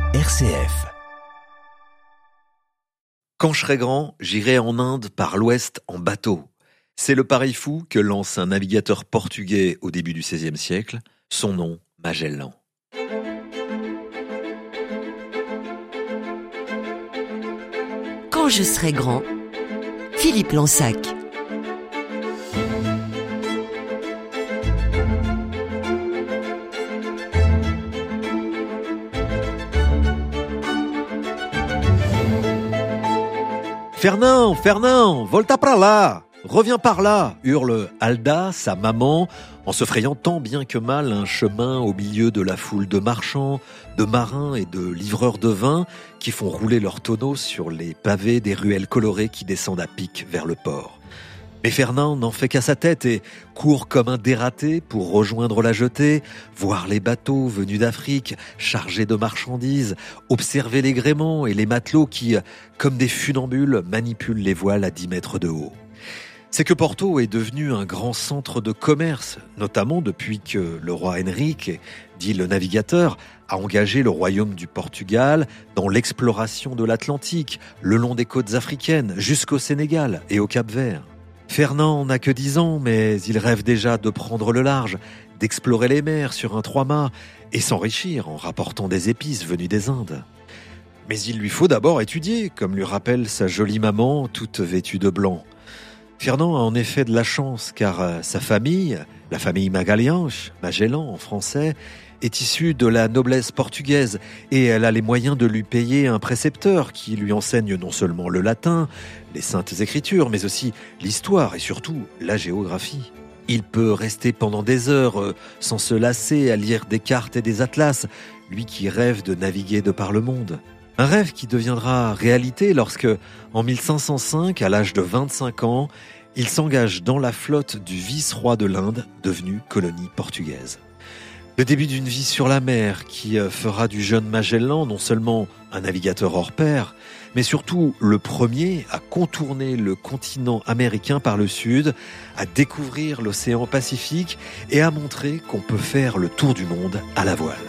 RCF. Quand je serai grand, j'irai en Inde par l'ouest en bateau. C'est le pari fou que lance un navigateur portugais au début du XVIe siècle. Son nom, Magellan. Quand je serai grand, Philippe Lansac. Fernand, volta para là, reviens par là, hurle Alda, sa maman, en se frayant tant bien que mal un chemin au milieu de la foule de marchands, de marins et de livreurs de vin qui font rouler leurs tonneaux sur les pavés des ruelles colorées qui descendent à pic vers le port. Mais Fernand n'en fait qu'à sa tête et court comme un dératé pour rejoindre la jetée, voir les bateaux venus d'Afrique chargés de marchandises, observer les gréements et les matelots qui, comme des funambules, manipulent les voiles à 10 mètres de haut. C'est que Porto est devenu un grand centre de commerce, notamment depuis que le roi Henrique, dit le navigateur, a engagé le royaume du Portugal dans l'exploration de l'Atlantique, le long des côtes africaines, jusqu'au Sénégal et au Cap-Vert. Fernand n'a que 10 ans, mais il rêve déjà de prendre le large, d'explorer les mers sur un 3-mâts et s'enrichir en rapportant des épices venues des Indes. Mais il lui faut d'abord étudier, comme lui rappelle sa jolie maman, toute vêtue de blanc. Fernand a en effet de la chance, car sa famille, la famille Magalhães, Magellan en français, est issue de la noblesse portugaise et elle a les moyens de lui payer un précepteur qui lui enseigne non seulement le latin, les saintes écritures, mais aussi l'histoire et surtout la géographie. Il peut rester pendant des heures sans se lasser à lire des cartes et des atlas, lui qui rêve de naviguer de par le monde. Un rêve qui deviendra réalité lorsque, en 1505, à l'âge de 25 ans, il s'engage dans la flotte du vice-roi de l'Inde, devenue colonie portugaise. Le début d'une vie sur la mer qui fera du jeune Magellan non seulement un navigateur hors pair, mais surtout le premier à contourner le continent américain par le sud, à découvrir l'océan Pacifique et à montrer qu'on peut faire le tour du monde à la voile.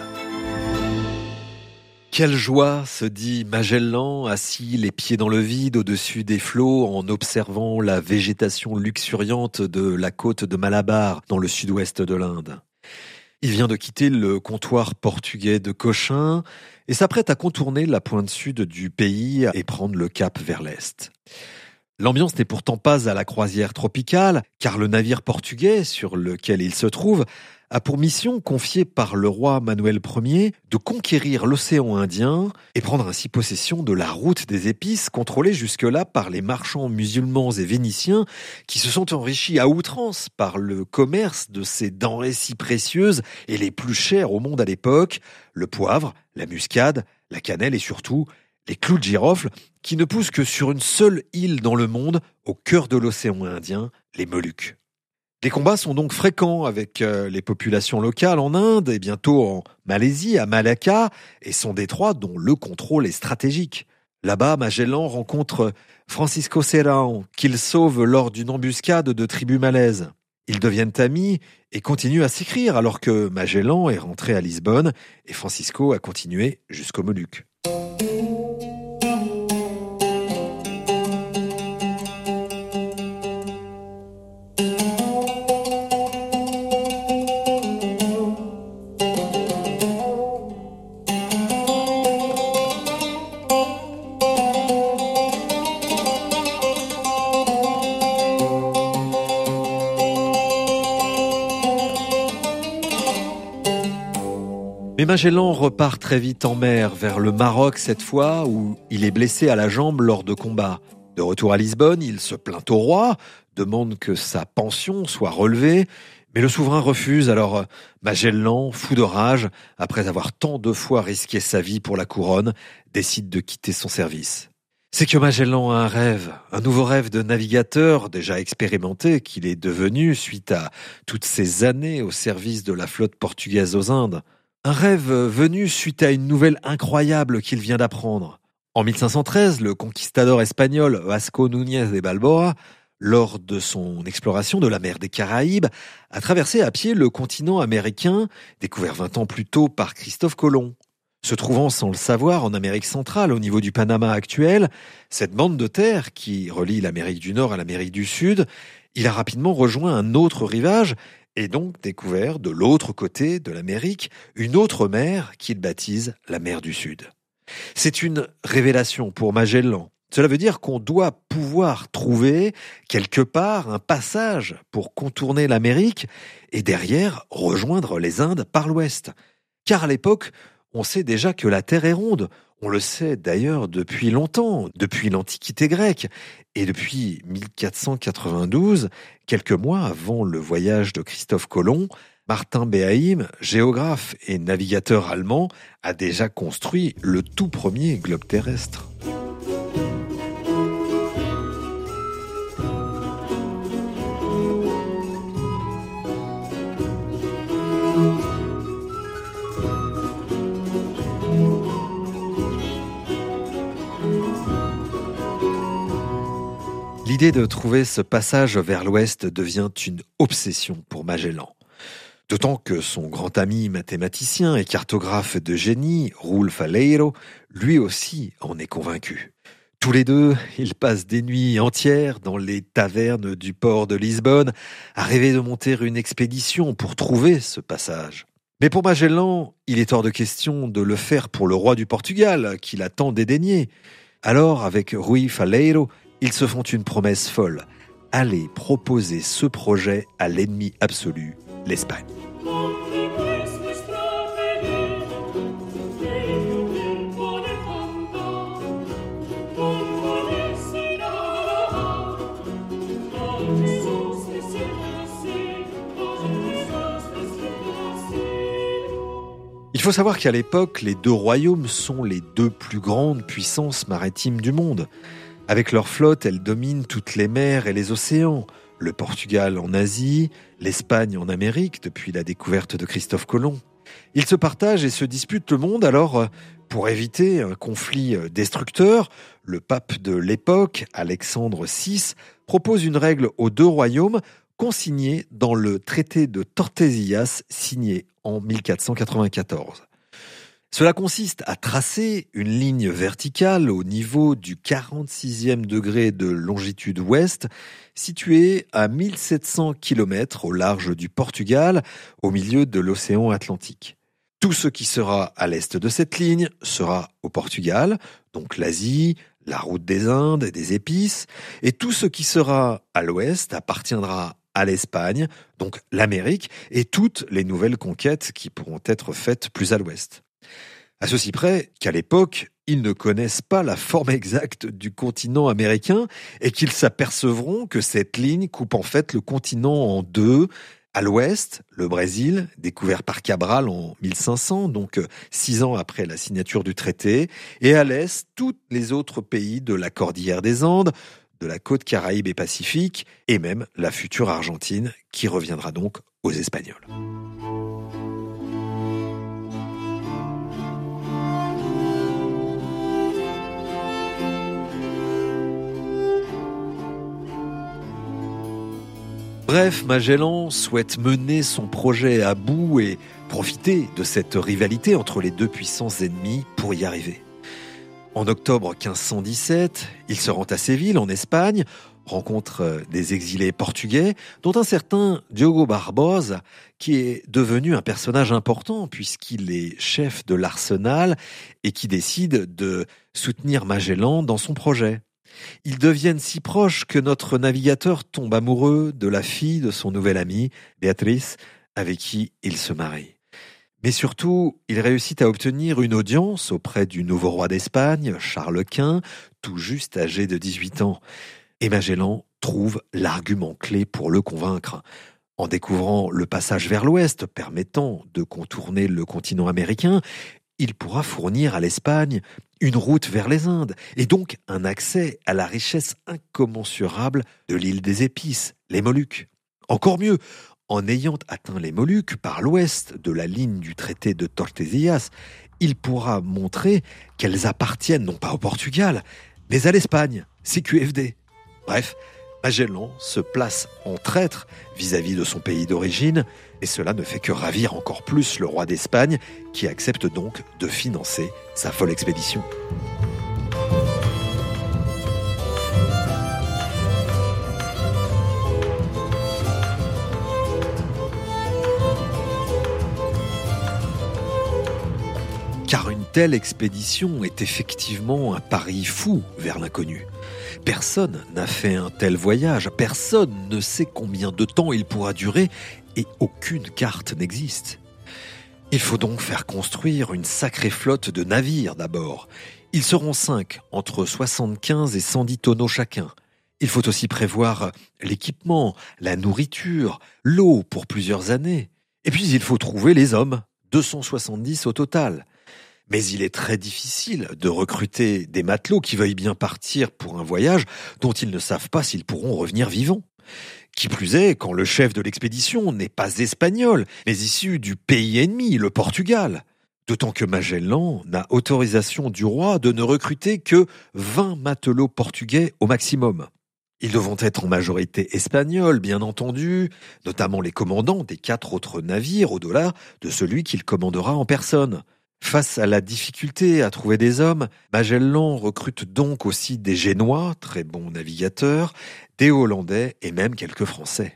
Quelle joie, se dit Magellan, assis les pieds dans le vide au-dessus des flots en observant la végétation luxuriante de la côte de Malabar dans le sud-ouest de l'Inde. Il vient de quitter le comptoir portugais de Cochin et s'apprête à contourner la pointe sud du pays et prendre le cap vers l'est. L'ambiance n'est pourtant pas à la croisière tropicale, car le navire portugais sur lequel il se trouve a pour mission, confiée par le roi Manuel Ier, de conquérir l'océan Indien et prendre ainsi possession de la route des épices contrôlée jusque-là par les marchands musulmans et vénitiens qui se sont enrichis à outrance par le commerce de ces denrées si précieuses et les plus chères au monde à l'époque, le poivre, la muscade, la cannelle et surtout les clous de girofle qui ne poussent que sur une seule île dans le monde, au cœur de l'océan Indien, les Moluques. Les combats sont donc fréquents avec les populations locales en Inde et bientôt en Malaisie, à Malacca, et son détroit dont le contrôle est stratégique. Là-bas, Magellan rencontre Francisco Serrão, qu'il sauve lors d'une embuscade de tribus malaises. Ils deviennent amis et continuent à s'écrire alors que Magellan est rentré à Lisbonne et Francisco a continué jusqu'aux Moluques. Mais Magellan repart très vite en mer, vers le Maroc cette fois, où il est blessé à la jambe lors de combats. De retour à Lisbonne, il se plaint au roi, demande que sa pension soit relevée, mais le souverain refuse, alors Magellan, fou de rage, après avoir tant de fois risqué sa vie pour la couronne, décide de quitter son service. C'est que Magellan a un nouveau rêve de navigateur, déjà expérimenté, qu'il est devenu suite à toutes ces années au service de la flotte portugaise aux Indes. Un rêve venu suite à une nouvelle incroyable qu'il vient d'apprendre. En 1513, le conquistador espagnol Vasco Núñez de Balboa, lors de son exploration de la mer des Caraïbes, a traversé à pied le continent américain, découvert 20 ans plus tôt par Christophe Colomb. Se trouvant sans le savoir en Amérique centrale, au niveau du Panama actuel, cette bande de terre qui relie l'Amérique du Nord à l'Amérique du Sud, il a rapidement rejoint un autre rivage et donc découvert de l'autre côté de l'Amérique une autre mer qu'il baptise la mer du Sud. C'est une révélation pour Magellan. Cela veut dire qu'on doit pouvoir trouver quelque part un passage pour contourner l'Amérique et derrière rejoindre les Indes par l'ouest. Car à l'époque, on sait déjà que la Terre est ronde. On le sait d'ailleurs depuis longtemps, depuis l'Antiquité grecque et depuis 1492, quelques mois avant le voyage de Christophe Colomb, Martin Behaim, géographe et navigateur allemand, a déjà construit le tout premier globe terrestre. L'idée de trouver ce passage vers l'ouest devient une obsession pour Magellan. D'autant que son grand ami mathématicien et cartographe de génie, Raoul Faleiro, lui aussi en est convaincu. Tous les deux, ils passent des nuits entières dans les tavernes du port de Lisbonne à rêver de monter une expédition pour trouver ce passage. Mais pour Magellan, il est hors de question de le faire pour le roi du Portugal, qu'il a tant dédaigné. Alors, avec Rui Faleiro, ils se font une promesse folle. Aller proposer ce projet à l'ennemi absolu, l'Espagne. Il faut savoir qu'à l'époque, les deux royaumes sont les deux plus grandes puissances maritimes du monde. Avec leur flotte, elles dominent toutes les mers et les océans. Le Portugal en Asie, l'Espagne en Amérique, depuis la découverte de Christophe Colomb. Ils se partagent et se disputent le monde, alors pour éviter un conflit destructeur, le pape de l'époque, Alexandre VI, propose une règle aux deux royaumes consignée dans le traité de Tordesillas signé en 1494. Cela consiste à tracer une ligne verticale au niveau du 46e degré de longitude ouest, située à 1700 km au large du Portugal, au milieu de l'océan Atlantique. Tout ce qui sera à l'est de cette ligne sera au Portugal, donc l'Asie, la route des Indes et des épices, et tout ce qui sera à l'ouest appartiendra à l'Espagne, donc l'Amérique, et toutes les nouvelles conquêtes qui pourront être faites plus à l'ouest. À ceci près qu'à l'époque, ils ne connaissent pas la forme exacte du continent américain et qu'ils s'apercevront que cette ligne coupe en fait le continent en deux. À l'ouest, le Brésil, découvert par Cabral en 1500, donc 6 ans après la signature du traité, et à l'est, tous les autres pays de la cordillère des Andes, de la côte Caraïbe et Pacifique, et même la future Argentine, qui reviendra donc aux Espagnols. Bref, Magellan souhaite mener son projet à bout et profiter de cette rivalité entre les deux puissances ennemies pour y arriver. En octobre 1517, il se rend à Séville, en Espagne, rencontre des exilés portugais, dont un certain Diogo Barbosa, qui est devenu un personnage important puisqu'il est chef de l'arsenal et qui décide de soutenir Magellan dans son projet. Ils deviennent si proches que notre navigateur tombe amoureux de la fille de son nouvel ami, Béatrice, avec qui il se marie. Mais surtout, il réussit à obtenir une audience auprès du nouveau roi d'Espagne, Charles Quint, tout juste âgé de 18 ans. Et Magellan trouve l'argument clé pour le convaincre. En découvrant le passage vers l'ouest permettant de contourner le continent américain, il pourra fournir à l'Espagne une route vers les Indes et donc un accès à la richesse incommensurable de l'île des Épices, les Moluques. Encore mieux, en ayant atteint les Moluques par l'ouest de la ligne du traité de Tordesillas, il pourra montrer qu'elles appartiennent non pas au Portugal, mais à l'Espagne, CQFD. Bref, Magellan se place en traître vis-à-vis de son pays d'origine, et cela ne fait que ravir encore plus le roi d'Espagne, qui accepte donc de financer sa folle expédition. Car une telle expédition est effectivement un pari fou vers l'inconnu. Personne n'a fait un tel voyage, personne ne sait combien de temps il pourra durer et aucune carte n'existe. Il faut donc faire construire une sacrée flotte de navires d'abord. Ils seront 5, entre 75 et 110 tonneaux chacun. Il faut aussi prévoir l'équipement, la nourriture, l'eau pour plusieurs années. Et puis il faut trouver les hommes, 270 au total. Mais il est très difficile de recruter des matelots qui veuillent bien partir pour un voyage dont ils ne savent pas s'ils pourront revenir vivants. Qui plus est, quand le chef de l'expédition n'est pas espagnol, mais issu du pays ennemi, le Portugal. D'autant que Magellan n'a autorisation du roi de ne recruter que 20 matelots portugais au maximum. Ils devront être en majorité espagnols, bien entendu, notamment les commandants des 4 autres navires au-delà de celui qu'il commandera en personne. Face à la difficulté à trouver des hommes, Magellan recrute donc aussi des Génois, très bons navigateurs, des Hollandais et même quelques Français.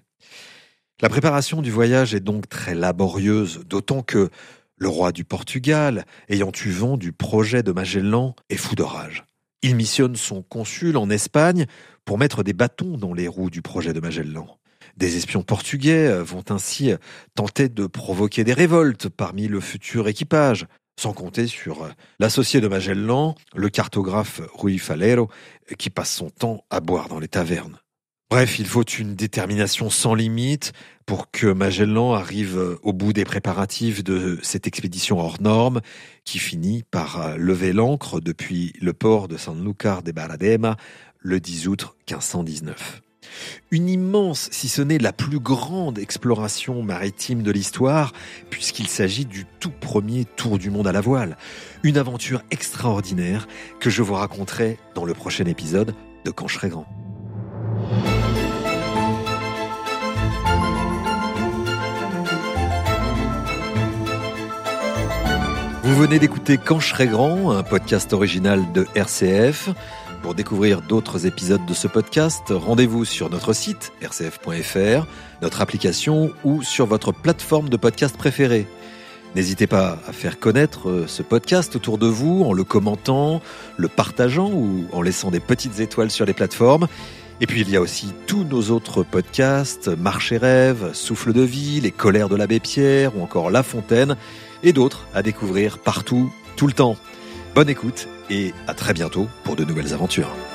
La préparation du voyage est donc très laborieuse, d'autant que le roi du Portugal, ayant eu vent du projet de Magellan, est fou de rage. Il missionne son consul en Espagne pour mettre des bâtons dans les roues du projet de Magellan. Des espions portugais vont ainsi tenter de provoquer des révoltes parmi le futur équipage, sans compter sur l'associé de Magellan, le cartographe Rui Falero, qui passe son temps à boire dans les tavernes. Bref, il faut une détermination sans limite pour que Magellan arrive au bout des préparatifs de cette expédition hors norme, qui finit par lever l'ancre depuis le port de Sanlúcar de Barradema le 10 août 1519. Une immense, si ce n'est la plus grande exploration maritime de l'histoire, puisqu'il s'agit du tout premier tour du monde à la voile. Une aventure extraordinaire que je vous raconterai dans le prochain épisode de Quand je serai grand. Vous venez d'écouter Quand je serai grand, un podcast original de RCF. Pour découvrir d'autres épisodes de ce podcast, rendez-vous sur notre site rcf.fr, notre application ou sur votre plateforme de podcast préférée. N'hésitez pas à faire connaître ce podcast autour de vous en le commentant, le partageant ou en laissant des petites étoiles sur les plateformes. Et puis il y a aussi tous nos autres podcasts, Marche et Rêve, Souffle de vie, Les colères de l'abbé Pierre ou encore La Fontaine et d'autres à découvrir partout, tout le temps. Bonne écoute et à très bientôt pour de nouvelles aventures.